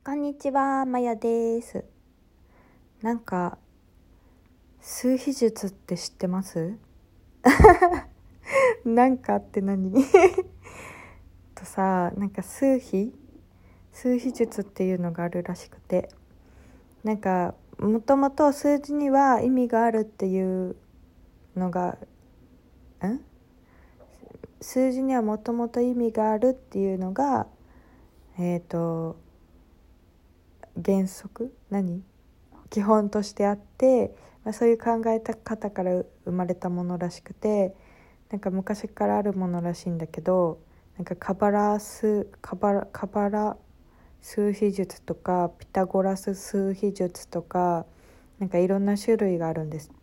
こんにちは、まやです。なんか数秘術って知ってます？なんかって何？とさ、なんか数秘術っていうのがあるらしくて、なんかもともと数字には意味があるっていうのが数字にはもともと意味があるっていうのが原則基本としてあって、そういう考え方から生まれたものらしくて、なんか昔からあるものらしいんだけど、なんかカバラ数秘術とかピタゴラス数秘術とか、なんかいろんな種類があるんですって。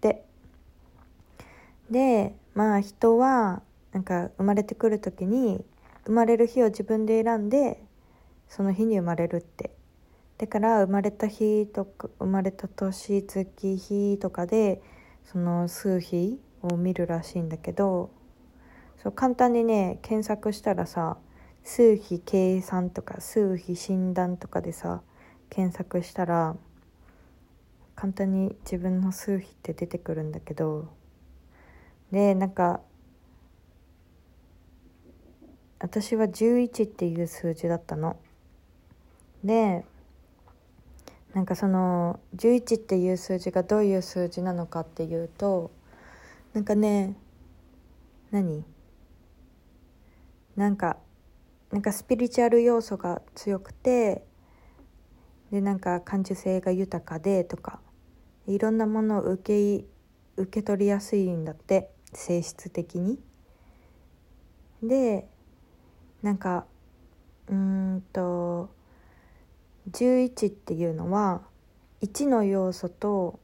で、人はなんか生まれてくる時に生まれる日を自分で選んで、その日に生まれるって。だから生まれた日とか生まれた年月日とかでその数日を見るらしいんだけど、そう簡単にね検索したらさ、数日計算とか数日診断とかでさ検索したら簡単に自分の数日って出てくるんだけど、でなんか私は11っていう数字だったの。でなんかその11っていう数字がどういう数字なのかっていうと、なんかねなんかスピリチュアル要素が強くて、でなんか感受性が豊かでとか、いろんなものを受け取りやすいんだって、性質的に。でなんか11っていうのは1の要素と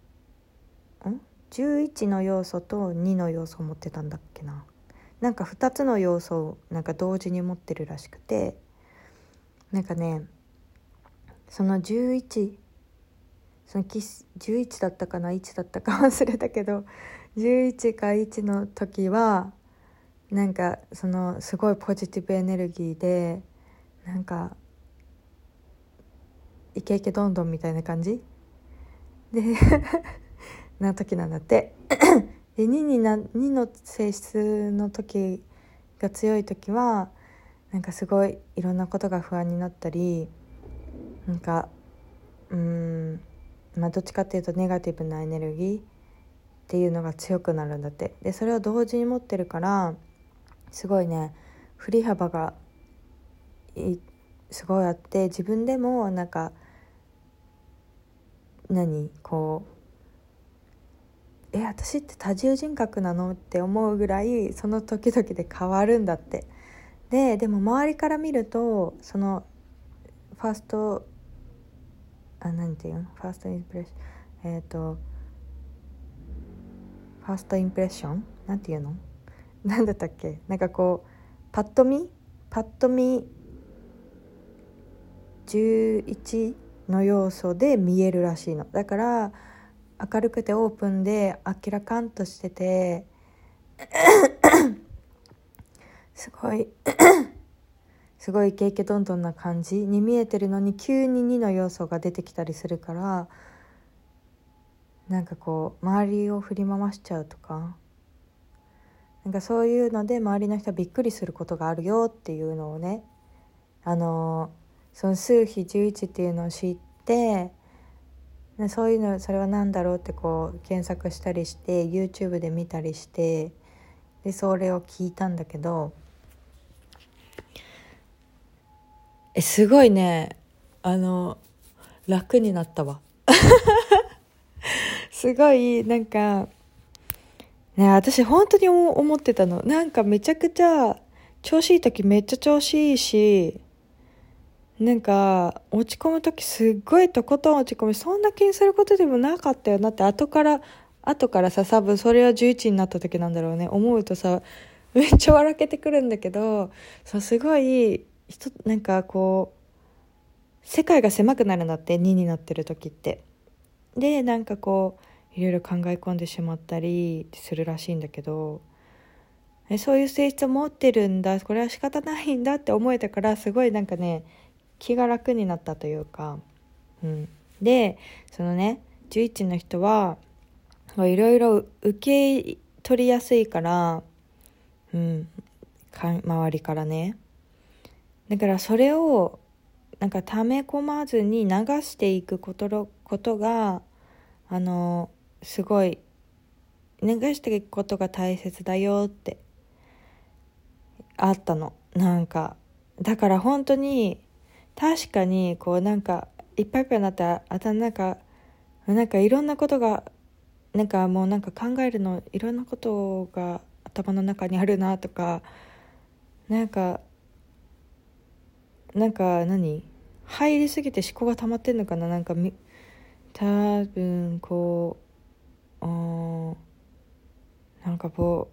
11の要素と2の要素を持ってたんだっけな。なんか2つの要素をなんか同時に持ってるらしくて、なんかねその11だったかな1だったか忘れたけど、11か1の時はなんかそのすごいポジティブエネルギーで、なんかイケイケどんどんみたいな感じでな時なんだって。で2の性質の時が強い時はなんかすごいいろんなことが不安になったり、なんかどっちかっていうとネガティブなエネルギーっていうのが強くなるんだって。でそれを同時に持ってるからすごいね振り幅がすごいあって、自分でもなんか私って多重人格なのって思うぐらいその時々で変わるんだって。でも周りから見るとそのファーストなんていうのファーストインプレッションファーストインプレッションなんていうのなんだったっけ、なんかこうパッと見11の要素で見えるらしいの。だから明るくてオープンで明らかんとしててすごいすごいイケイケどんどんな感じに見えてるのに、急に2の要素が出てきたりするから、なんかこう周りを振り回しちゃうとか、なんかそういうので周りの人はびっくりすることがあるよっていうのをね、その数比11っていうのを知って、そういうのそれは何だろうってこう検索したりして YouTube で見たりして、でそれを聞いたんだけど、すごいね楽になったわ。すごいなんかね、私本当に思ってたの。なんかめちゃくちゃ調子いい時めっちゃ調子いいし、なんか落ち込む時すっごいとことん落ち込む、そんな気にすることでもなかったよなって後からさ、多分それは11になった時なんだろうね、思うとさめっちゃ笑けてくるんだけど、すごいなんかこう世界が狭くなるんだって、2になってる時って。でなんかこういろいろ考え込んでしまったりするらしいんだけど、そういう性質を持ってるんだ、これは仕方ないんだって思えたから、すごいなんかね気が楽になったというか、でそのね11の人はいろいろ受け取りやすいから、周りからね。だからそれをなんか溜め込まずに流していくことがすごい流していくことが大切だよってあったの。なんかだから本当に確かにこうなんかいっぱいいっぱいになった頭なんかいろんなことがなんかもうなんか考えるのいろんなことが頭の中にあるなとかなんか入りすぎて思考が溜まってんのかな。なんか多分こうなんかも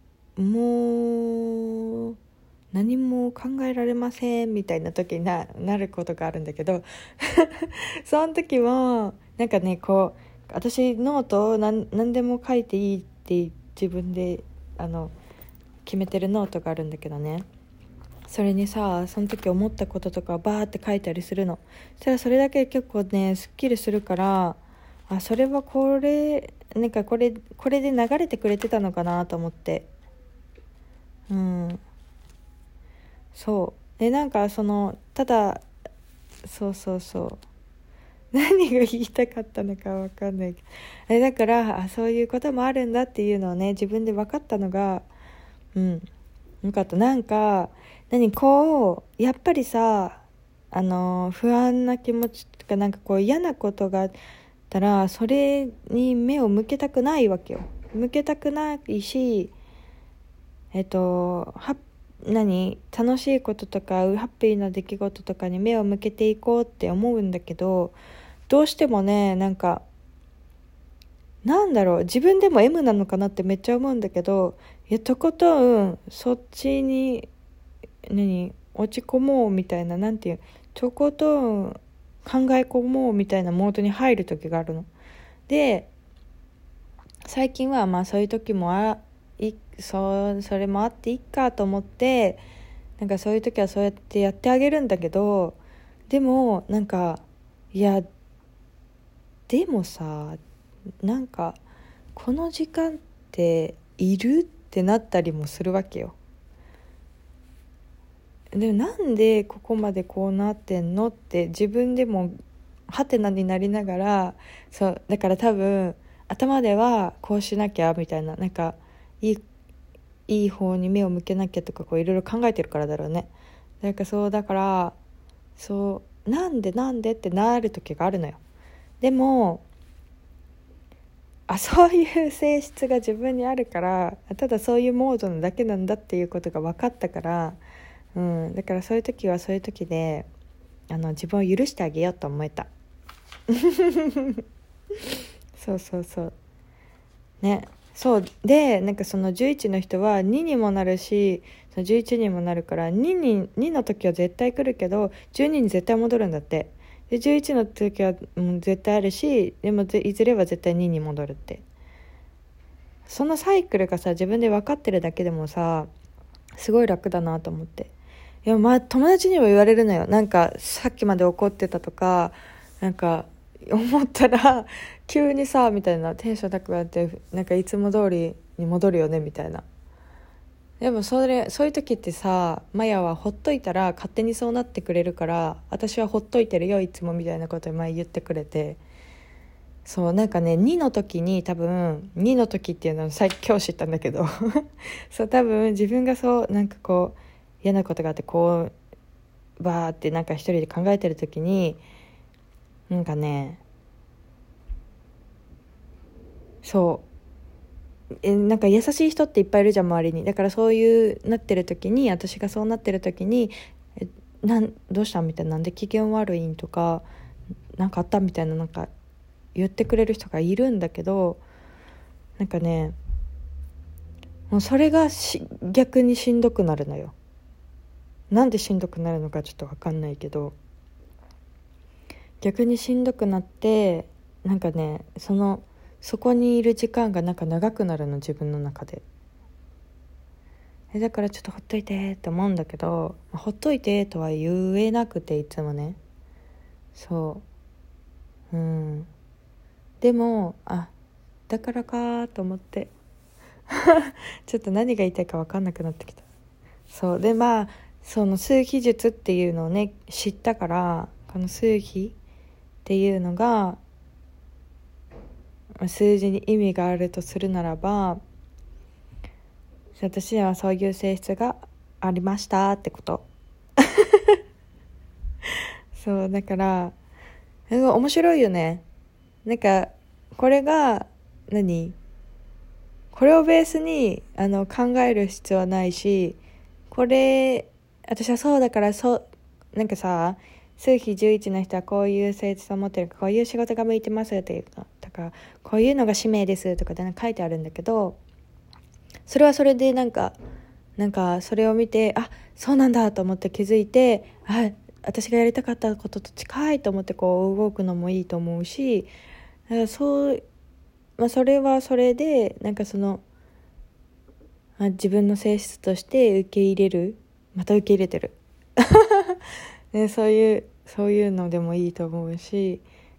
う何も考えられませんみたいな時になることがあるんだけどその時もなんかねこう私ノートを何でも書いていいって自分で決めてるノートがあるんだけどね、それにさその時思ったこととかバーって書いたりするの。そしたらそれだけで結構ねすっきりするから、それはこれで流れてくれてたのかなと思って、そうでなんかただそう何が言いたかったのか分かんないけど、だからそういうこともあるんだっていうのをね自分で分かったのがよかった。なんかこうやっぱりさ不安な気持ちとかなんかこう嫌なことがあったらそれに目を向けたくないわけよ。向けたくないし楽しいこととかハッピーな出来事とかに目を向けていこうって思うんだけど、どうしてもねなんだろう自分でも M なのかなってめっちゃ思うんだけど、とことんそっちに落ち込もうみたいなとことん考え込もうみたいなモードに入る時があるので、最近はまあそういう時もそれもあっていいかと思ってなんかそういう時はそうやってやってあげるんだけど、でもいやでもさこの時間っているってなったりもするわけよ。でなんでここまでこうなってんのって自分でもハテナになりながら、そうだから多分頭ではこうしなきゃみたいないい方に目を向けなきゃとかこういろいろ考えてるからだろうね。だからなんでってなる時があるのよ。でもそういう性質が自分にあるからただそういうモードなだけなんだっていうことが分かったから、だからそういう時はそういう時で自分を許してあげようと思えたそうね。そうでその11の人は2にもなるしその11にもなるから2の時は絶対来るけど12に絶対戻るんだって。で11の時は絶対あるし、でもいずれは絶対2に戻るって。そのサイクルがさ自分で分かってるだけでもさすごい楽だなと思って。いや友達にも言われるのよ。さっきまで怒ってたとか思ったら急にさみたいなテンション高くなっていつも通りに戻るよねみたいな。でもそういう時ってさマヤはほっといたら勝手にそうなってくれるから私はほっといてるよいつもみたいなことを前言ってくれて、そう2の時に多分2の時っていうのを今日知ったんだけどそう多分自分がそうこう嫌なことがあってこうバーって一人で考えてる時に優しい人っていっぱいいるじゃん周りに。だからそういうなってる時に私がそうなってる時にどうしたんみたいな、なんで機嫌悪いんとかあったみたいな言ってくれる人がいるんだけどもうそれが逆にしんどくなるのよ。なんでしんどくなるのかちょっと分かんないけど逆にしんどくなってそこにいる時間が長くなるの自分の中で。 だからちょっとほっといてって思うんだけど、ほっといてとは言えなくて、いつもね。そうでもだからかと思ってちょっと何が言いたいか分かんなくなってきた。そうでその数秘術っていうのをね知ったから、この数秘っていうのが数字に意味があるとするならば、私にはそういう性質がありましたってことそうだから面白いよね。なんかこれがこれをベースに考える必要はないし、これ私はそうだからなんかさ、数比11の人はこういう性質を持ってる、こういう仕事が向いてますっていうか、だからこういうのが使命ですとかで書いてあるんだけど、それはそれでなんかそれを見てそうなんだと思って気づいて、私がやりたかったことと近いと思ってこう動くのもいいと思うし、だからそれはそれで自分の性質として受け入れる、また受け入れてるね、そういうのでもいいと思うし、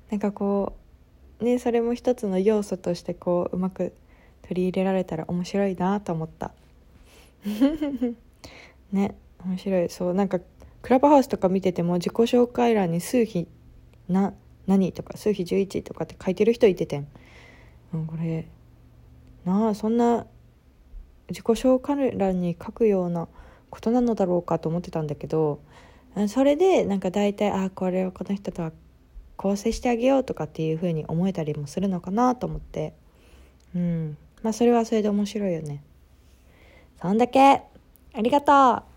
それも一つの要素としてうまく取り入れられたら面白いなと思ったね、面白い。クラブハウスとか見てても自己紹介欄に数比何とか数比11とかって書いてる人いててん、これそんな自己紹介欄に書くようなことなのだろうかと思ってたんだけど、それで大体これをこの人とは構成してあげようとかっていう風に思えたりもするのかなと思って、それはそれで面白いよね。そんだけありがとう。